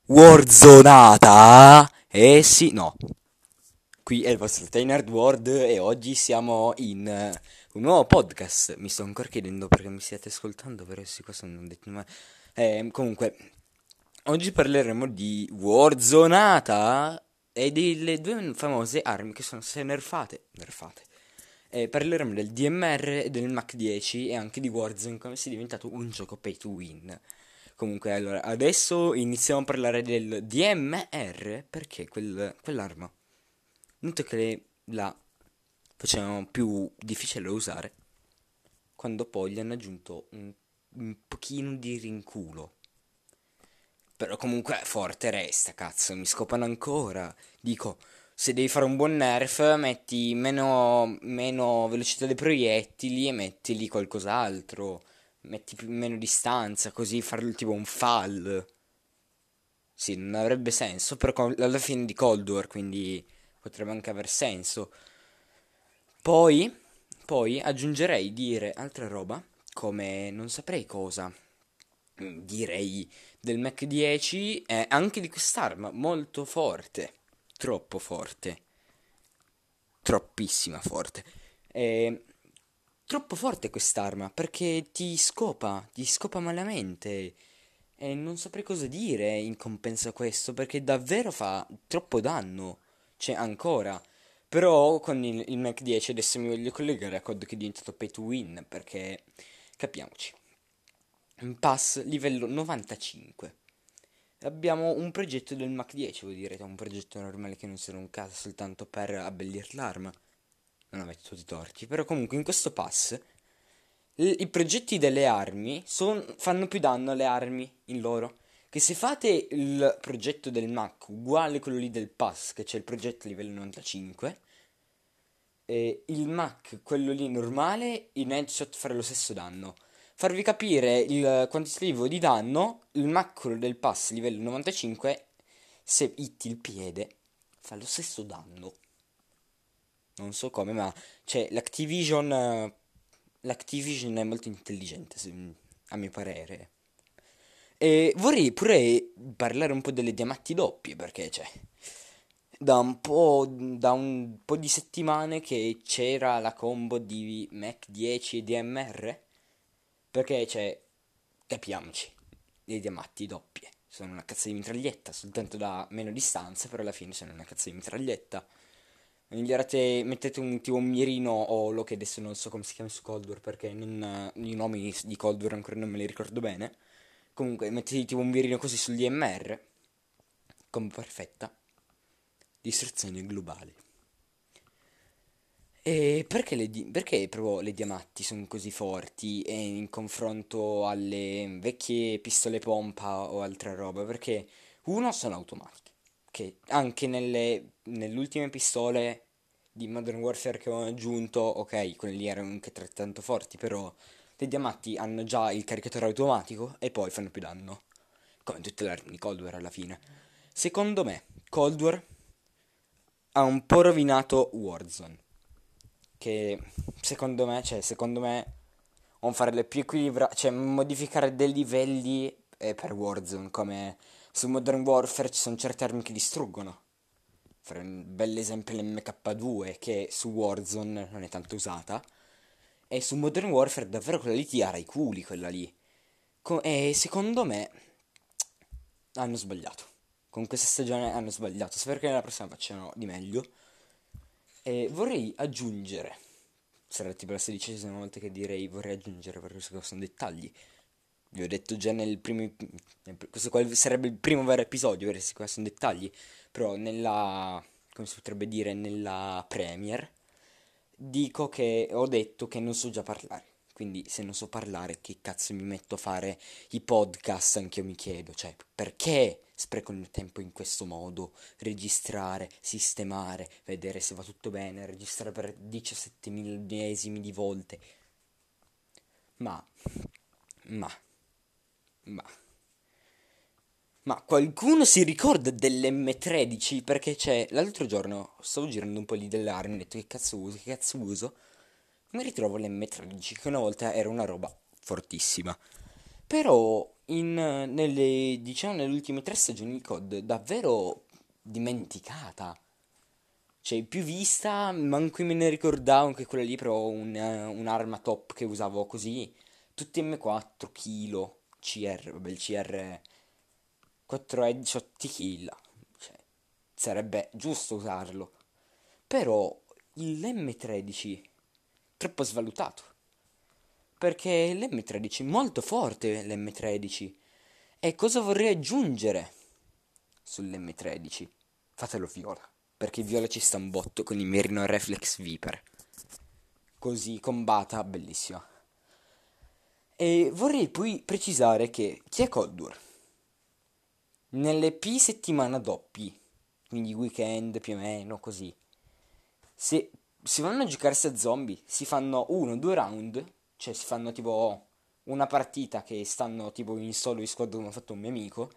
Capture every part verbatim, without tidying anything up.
Warzonata? Eh sì, no. Qui è il vostro Trainer World e oggi siamo in eh, un nuovo podcast. Mi sto ancora chiedendo perché mi stiate ascoltando, però sì, questo non ho detto mai. Eh, comunque, oggi parleremo di Warzonata e delle due famose armi che sono state nerfate. Nerfate. Eh, parleremo del D M R e del Mach dieci e anche di Warzone come sia diventato un gioco pay to win. Comunque, allora, adesso iniziamo a parlare del D M R perché quel- quell'arma, noto che le- la facevano più difficile da usare quando poi gli hanno aggiunto un, un pochino di rinculo. Però comunque forte resta, cazzo, mi scopano ancora. Dico, se devi fare un buon nerf, metti meno, meno velocità dei proiettili e metti lì qualcos'altro. Metti più, meno distanza, così farlo tipo un fall. Sì, non avrebbe senso, però co- alla fine di Cold War, quindi potrebbe anche aver senso. Poi, poi aggiungerei dire altra roba, come non saprei cosa. Mm, Direi del Mac dieci e anche di quest'arma, molto forte. Troppo forte. Troppissima forte. E troppo forte quest'arma perché ti scopa, ti scopa malamente. E non saprei cosa dire in compenso a questo perché davvero fa troppo danno. Cioè, ancora. Però con il, il Mac dieci adesso mi voglio collegare a C O D che è diventato pay to win perché capiamoci. Un pass livello novantacinque. Abbiamo un progetto del Mac dieci, vuol dire, un progetto normale che non serve un caso soltanto per abbellire l'arma. Non avete tutti i torti, però comunque in questo pass l- i progetti delle armi son- fanno più danno alle armi in loro. Che se fate il progetto del Mac uguale a quello lì del pass, che c'è il progetto livello novantacinque, eh, il Mac, quello lì normale, in headshot farà lo stesso danno. Farvi capire il quantitativo di danno, il Mac quello del pass livello novantacinque, se hitti il piede, fa lo stesso danno. Non so come, ma cioè l'Activision eh, l'Activision è molto intelligente, se- a mio parere. E vorrei pure parlare un po' delle diamanti doppie, perché cioè da un po', da un po' di settimane che c'era la combo di Mac dieci e D M R, perché cioè capiamoci, le diamanti doppie sono una cazzo di mitraglietta, soltanto da meno distanza, però alla fine sono una cazzo di mitraglietta. Migliorate, mettete un tipo un mirino o lo che adesso non so come si chiama su Cold War perché non, i nomi di Cold War ancora non me li ricordo bene. Comunque mettete tipo un mirino così sul D M R, come perfetta distruzione globale. E perché le, di- perché proprio le diamatti sono così forti e in confronto alle vecchie pistole pompa o altra roba? Perché uno sono automatiche, che anche nelle, nelle ultime pistole di Modern Warfare che ho aggiunto, ok, quelle lì erano anche altrettanto forti, però le diamanti hanno già il caricatore automatico e poi fanno più danno, come tutte le armi di Cold War alla fine. Secondo me, Cold War ha un po' rovinato Warzone che secondo me, cioè, secondo me, non farle più equilibrate, cioè, modificare dei livelli eh, per Warzone, come su Modern Warfare ci sono certe armi che distruggono. Fare un bel esempio l'M K due, che su Warzone non è tanto usata, e su Modern Warfare davvero quella lì ti ara i culi, quella lì. Co- e secondo me hanno sbagliato. Con questa stagione hanno sbagliato. Spero che nella prossima facciano di meglio. E vorrei aggiungere, sarà tipo la sedicesima volta che direi vorrei aggiungere perché questi sono dettagli. Vi ho detto già nel primo, nel pr- questo qua sarebbe il primo vero episodio, questi qua sono dettagli, però nella, come si potrebbe dire, nella Premiere, dico che ho detto che non so già parlare. Quindi se non so parlare, che cazzo mi metto a fare i podcast? Anche io mi chiedo, cioè, perché spreco il mio tempo in questo modo? Registrare, sistemare, vedere se va tutto bene, registrare per diciassette millesimi di volte. Ma, ma, ma, ma qualcuno si ricorda dell'M tredici? Perché c'è, l'altro giorno stavo girando un po' lì delle armi, ho detto che cazzo uso, che cazzo uso? Mi ritrovo l'M tredici, che una volta era una roba fortissima. Però in, nelle, diciamo, nelle ultime tre stagioni di C O D davvero dimenticata. Cioè, più vista, manco me ne ricordavo che quella lì, però un, eh, un'arma top che usavo così. Tutti M quattro, kilo, C R, vabbè il C R è quattro headshot kill. Cioè, sarebbe giusto usarlo. Però l'M tredici, troppo svalutato. Perché l'M tredici è molto forte, l'M tredici. E cosa vorrei aggiungere sull'M tredici? Fatelo viola. Perché viola ci sta un botto con i Merino Reflex Viper. Così combata, bellissima. E vorrei poi precisare che chi è Cold War? Nelle P settimana doppi, quindi weekend più o meno così, se si vanno a giocarsi a zombie, si fanno uno, due round, cioè si fanno tipo una partita che stanno tipo in solo in squad come ha fatto un mio amico.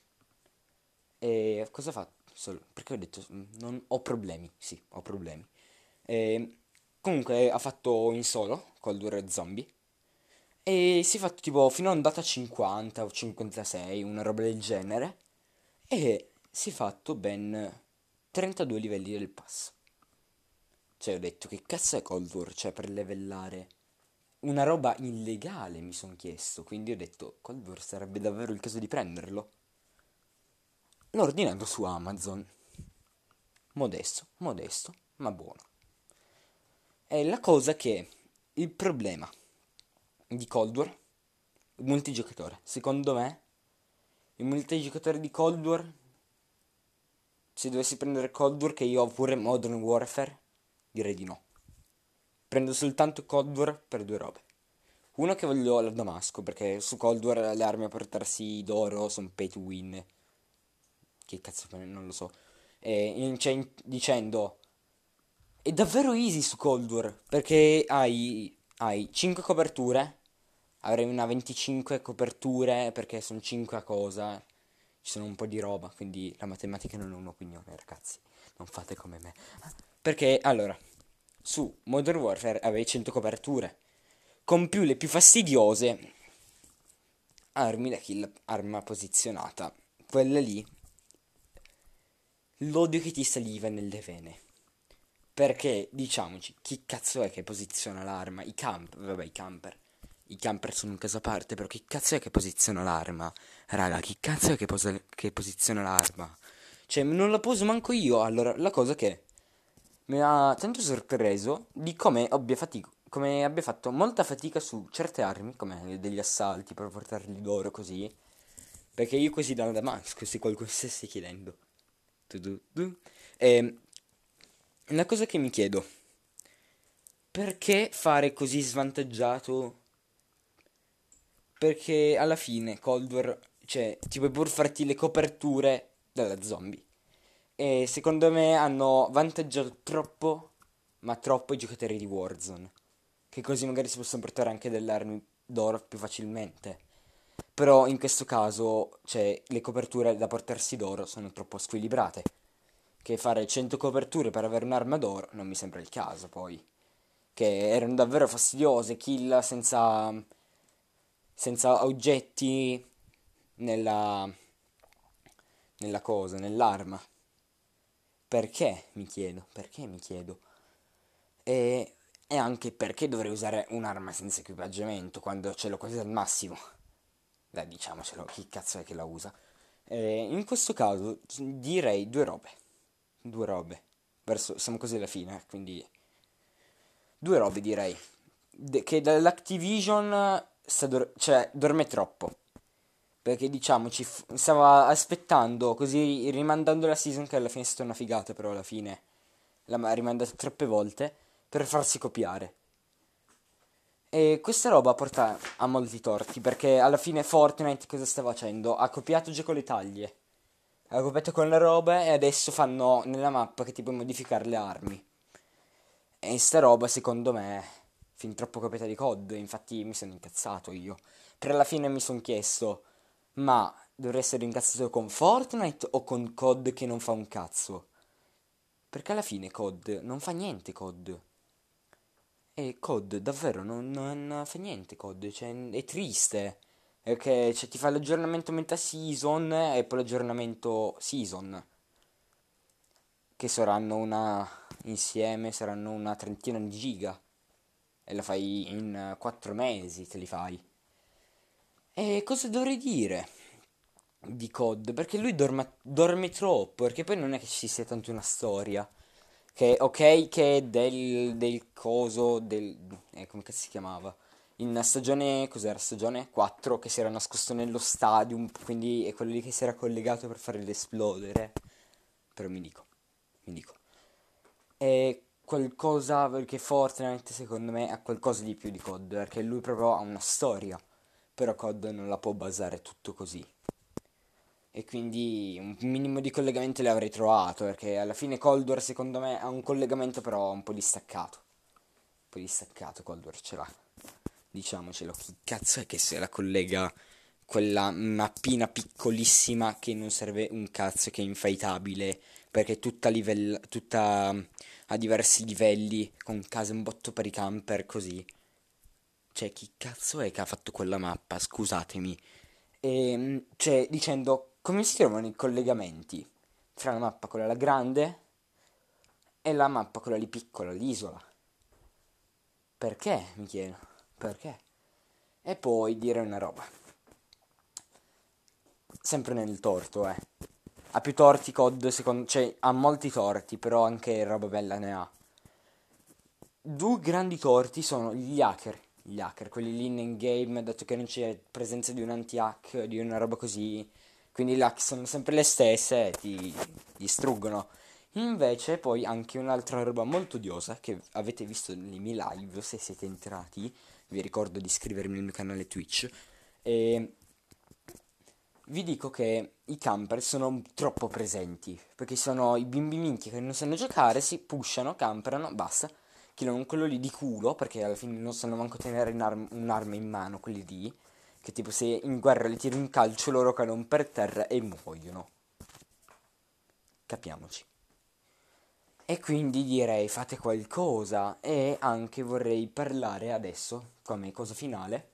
E cosa fa? Solo, perché ho detto mm, non ho problemi, sì, ho problemi. E, comunque ha fatto in solo Cold War Zombie e si è fatto tipo fino a andata cinquanta o cinquantasei, una roba del genere. E si è fatto ben trentadue livelli del pass. Cioè ho detto che cazzo è Cold War? Cioè per livellare una roba illegale mi sono chiesto. Quindi ho detto Cold War sarebbe davvero il caso di prenderlo. L'ho ordinato su Amazon. Modesto, modesto, ma buono. È la cosa che il problema di Cold War, il multigiocatore. Secondo me, il multigiocatore di Cold War, se dovessi prendere Cold War che io ho pure Modern Warfare, direi di no. Prendo soltanto Cold War per due robe. Uno che voglio la Damasco, perché su Cold War le armi a portarsi d'oro sono pay to win. Che cazzo, non lo so. E in, cioè, in- dicendo, è davvero easy su Cold War, perché hai, hai cinque coperture, avrei una venticinque coperture, perché sono cinque a cosa, ci sono un po' di roba, quindi la matematica non è un'opinione, ragazzi, non fate come me. Perché, allora, su Modern Warfare avevi cento coperture, con più le più fastidiose, armi da kill, arma posizionata, quella lì, l'odio che ti saliva nelle vene. Perché, diciamoci, chi cazzo è che posiziona l'arma? I camp, vabbè, i camper. I camper sono un caso a parte, però chi cazzo è che posiziona l'arma? Raga, chi cazzo è che, posa- che posiziona l'arma? Cioè, non la poso manco io. Allora, la cosa che mi ha tanto sorpreso di come abbia, fatic- come abbia fatto molta fatica su certe armi, come degli assalti, per portarli d'oro così. Perché io così da Damasco, se qualcuno stesse chiedendo. Tu, tu, tu. E la cosa che mi chiedo, perché fare così svantaggiato? Perché alla fine Cold War, cioè, ti puoi pur farti le coperture dalla zombie. E secondo me hanno vantaggiato troppo, ma troppo i giocatori di Warzone. Che così magari si possono portare anche delle armi d'oro più facilmente. Però in questo caso, cioè, le coperture da portarsi d'oro sono troppo squilibrate. Che fare cento coperture per avere un'arma d'oro non mi sembra il caso, poi. Che erano davvero fastidiose, kill senza, senza oggetti nella, nella cosa, nell'arma. Perché, mi chiedo, perché mi chiedo. E, e anche perché dovrei usare un'arma senza equipaggiamento quando ce l'ho quasi al massimo. Dai, diciamocelo, chi cazzo è che la usa? E in questo caso direi due robe. Due robe. Verso, siamo quasi alla fine, eh, quindi due robe direi. De- che dall'Activision sta dor- cioè, dorme troppo. Perché diciamoci, f- stava aspettando, così rimandando la season che alla fine è stata una figata, però alla fine l'ha rimandata troppe volte per farsi copiare. E questa roba porta a molti torti, perché alla fine Fortnite cosa sta facendo? Ha copiato già con le taglie, ha copiato con le robe e adesso fanno nella mappa che ti puoi modificare le armi. E sta roba secondo me è fin troppo copiata di C O D, infatti mi sono incazzato io. Per alla fine mi sono chiesto, ma dovrei essere incazzato con Fortnite o con C O D che non fa un cazzo? Perché alla fine C O D non fa niente C O D. E C O D davvero non, non fa niente C O D, cioè è triste. Perché cioè, ti fa l'aggiornamento metà season e poi l'aggiornamento season, che saranno una insieme, saranno una trentina di giga. E la fai in quattro mesi, te li fai. E cosa dovrei dire di C O D? Perché lui dorma- dorme troppo, perché poi non è che ci sia tanto una storia. Che ok che è del, del coso, del... Eh, come cazzo si chiamava? In stagione, cos'era? Stagione quattro che si era nascosto nello stadium, quindi è quello lì che si era collegato per farlo esplodere. Però mi dico, mi dico. È qualcosa perché Fortnite secondo me ha qualcosa di più di C O D, perché lui proprio ha una storia, però C O D non la può basare tutto così. E quindi un minimo di collegamento l'avrei trovato, perché alla fine Cold War secondo me ha un collegamento però un po' distaccato. Un po' distaccato Cold War ce l'ha. Diciamocelo, chi cazzo è che se la collega quella mappina piccolissima che non serve un cazzo, che è infightabile, perché è tutta, livella, tutta a diversi livelli, con case un botto per i camper, così. Cioè, chi cazzo è che ha fatto quella mappa? Scusatemi. E, cioè, dicendo, come si trovano i collegamenti tra la mappa quella là grande e la mappa quella lì piccola, l'isola? Perché, mi chiedo, perché? E poi dire una roba, sempre nel torto, eh. Ha più torti C O D, secondo... cioè, ha molti torti, però anche roba bella ne ha. Due grandi torti sono gli hacker, gli hacker, quelli lì in game, dato che non c'è presenza di un anti-hack, di una roba così, quindi le hack sono sempre le stesse e ti distruggono. Invece poi anche un'altra roba molto odiosa che avete visto nei miei live, se siete entrati, vi ricordo di iscrivermi al mio canale Twitch, e vi dico che i camper sono troppo presenti, perché sono i bimbi minchia che non sanno giocare, si pushano, camperano, basta, killano quello lì di culo, perché alla fine non sanno manco tenere un'arm- un'arma in mano, quelli lì, che tipo se in guerra li tiri un calcio loro cadono per terra e muoiono. Capiamoci. E quindi direi fate qualcosa e anche vorrei parlare adesso, come cosa finale,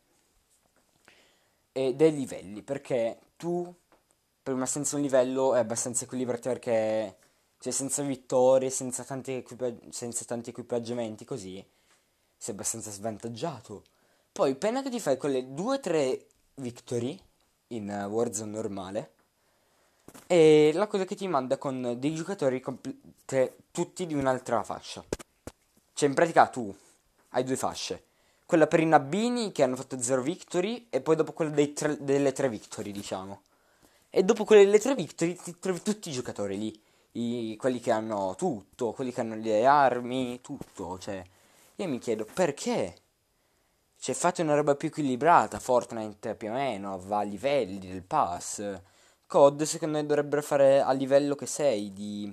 e dei livelli, perché tu, prima senza un livello, è abbastanza equilibrato perché, cioè, senza vittorie, senza tanti, equipa- senza tanti equipaggiamenti, così, sei abbastanza svantaggiato. Poi, appena che ti fai quelle due o tre victory in eh, Warzone normale, e la cosa che ti manda con dei giocatori compl- te- tutti di un'altra fascia. Cioè, in pratica tu hai due fasce. Quella per i Nabbini che hanno fatto zero victory e poi dopo quella dei tre- delle tre victory, diciamo. E dopo quelle delle tre victory ti trovi tutti i giocatori lì. I- quelli che hanno tutto, quelli che hanno le armi, tutto. Cioè, io mi chiedo perché? Cioè, fate una roba più equilibrata. Fortnite più o meno va a livelli del pass. C O D secondo me dovrebbero fare a livello che sei di...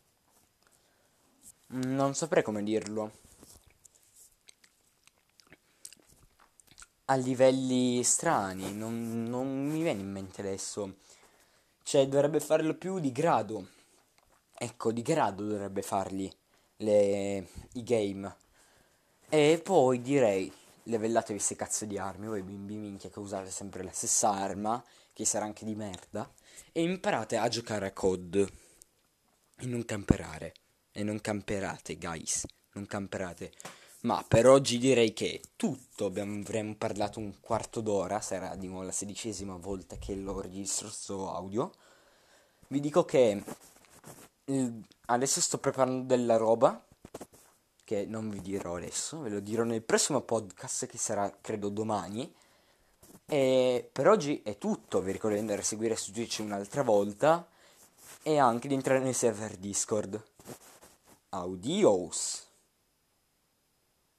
Mm, non saprei come dirlo. A livelli strani, non, non mi viene in mente adesso. Cioè, dovrebbe farlo più di grado. Ecco, di grado dovrebbe farli le, i game. E poi direi, levellatevi queste cazzo di armi, voi bimbi minchia che usate sempre la stessa arma, che sarà anche di merda, e imparate a giocare a C O D. E non camperare. E non camperate, guys. Non camperate. Ma per oggi direi che è tutto. Abbiamo, avremmo parlato un quarto d'ora. Sarà di nuovo la sedicesima volta che lo registro sto audio. Vi dico che il- adesso sto preparando della roba. Che non vi dirò adesso. Ve lo dirò nel prossimo podcast che sarà credo domani. E per oggi è tutto. Vi ricordo di andare a seguire su Twitch un'altra volta. E anche di entrare nel server Discord. Adios.